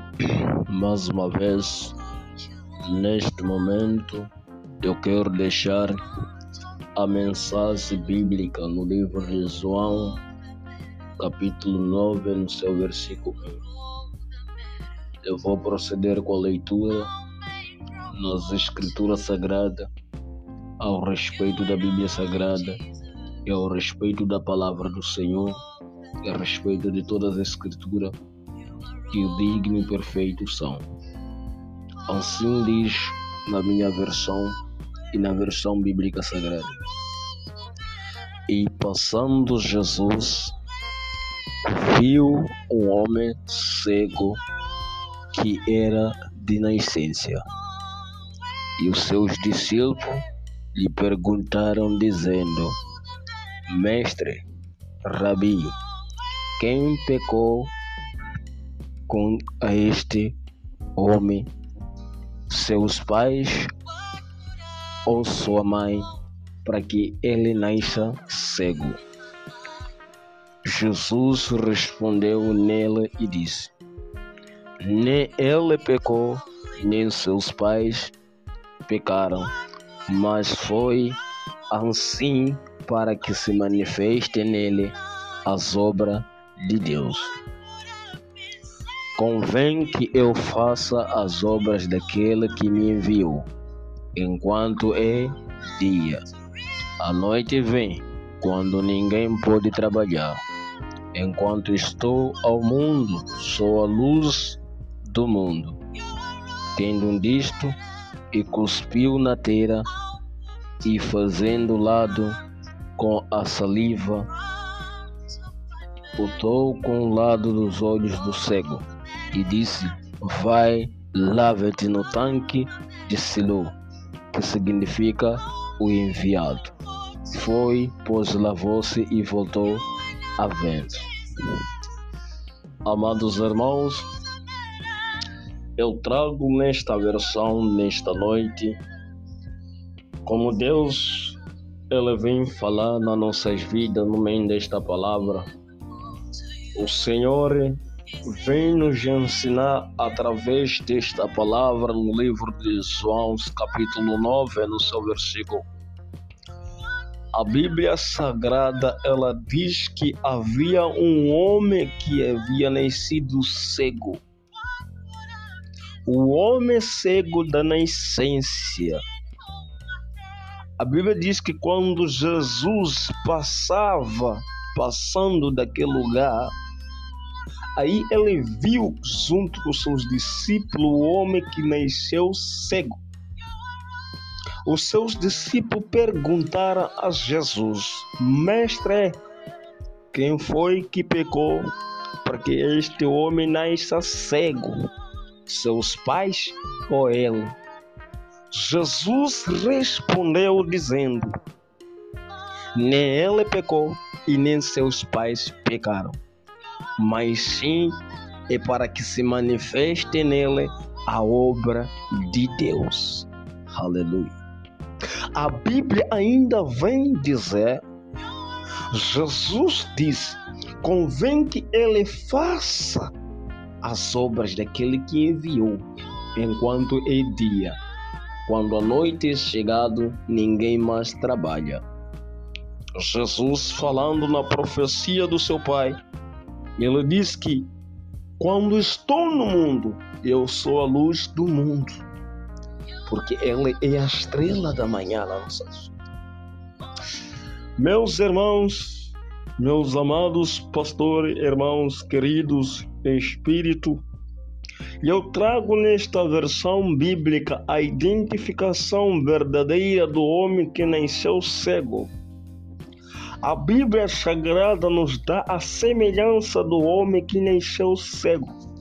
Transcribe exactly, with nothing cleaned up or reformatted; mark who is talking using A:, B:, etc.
A: Mais uma vez, neste momento, eu quero deixar a mensagem bíblica no livro de João, capítulo nove, no seu versículo um. Eu vou proceder com a leitura nas Escrituras Sagradas, ao respeito da Bíblia Sagrada e ao respeito da Palavra do Senhor, e a respeito de todas as Escrituras que o digno e perfeito são. Assim diz na minha versão e na versão bíblica sagrada. E passando Jesus, viu um homem cego que era de nascença. E os seus discípulos lhe perguntaram, dizendo: Mestre, Rabi, quem pecou com este homem, seus pais ou sua mãe, para que ele nasça cego? Jesus respondeu nele e disse: Nem ele pecou, nem seus pais pecaram, mas foi assim para que se manifeste nele as obras de Deus. Convém que eu faça as obras daquele que me enviou, enquanto é dia. A noite vem, quando ninguém pode trabalhar. Enquanto estou ao mundo, sou a luz do mundo. Tendo disto, e cuspiu na terra, e fazendo lado com a saliva, botou com o lado dos olhos do cego, e disse: Vai, lava-te no tanque de Siló, que significa o enviado. Foi, pois lavou-se e voltou a ver. Amados irmãos, eu trago nesta versão, nesta noite, como Deus Ele vem falar nas nossas vidas no meio desta palavra. O Senhor vem nos ensinar através desta palavra no livro de João, capítulo nove, no seu versículo. A Bíblia Sagrada, ela diz que havia um homem que havia nascido cego. O homem cego da nascença. A Bíblia diz que quando Jesus passava, passando daquele lugar, aí ele viu junto com seus discípulos o homem que nasceu cego. Os seus discípulos perguntaram a Jesus: Mestre, quem foi que pecou para que este homem nasça cego? Seus pais ou ele? Jesus respondeu dizendo: Nem ele pecou e nem seus pais pecaram, mas sim é para que se manifeste nele a obra de Deus. Aleluia. A Bíblia ainda vem dizer, Jesus disse: convém que ele faça as obras daquele que enviou, enquanto é dia. Quando a noite é chegado, ninguém mais trabalha. Jesus, falando na profecia do seu Pai, ele diz que quando estou no mundo, eu sou a luz do mundo, porque ele é a estrela da manhã na nossa vida. Meus irmãos, meus amados pastores, irmãos queridos em espírito, eu trago nesta versão bíblica a identificação verdadeira do homem que nasceu cego. A Bíblia Sagrada nos dá a semelhança do homem que nasceu cego.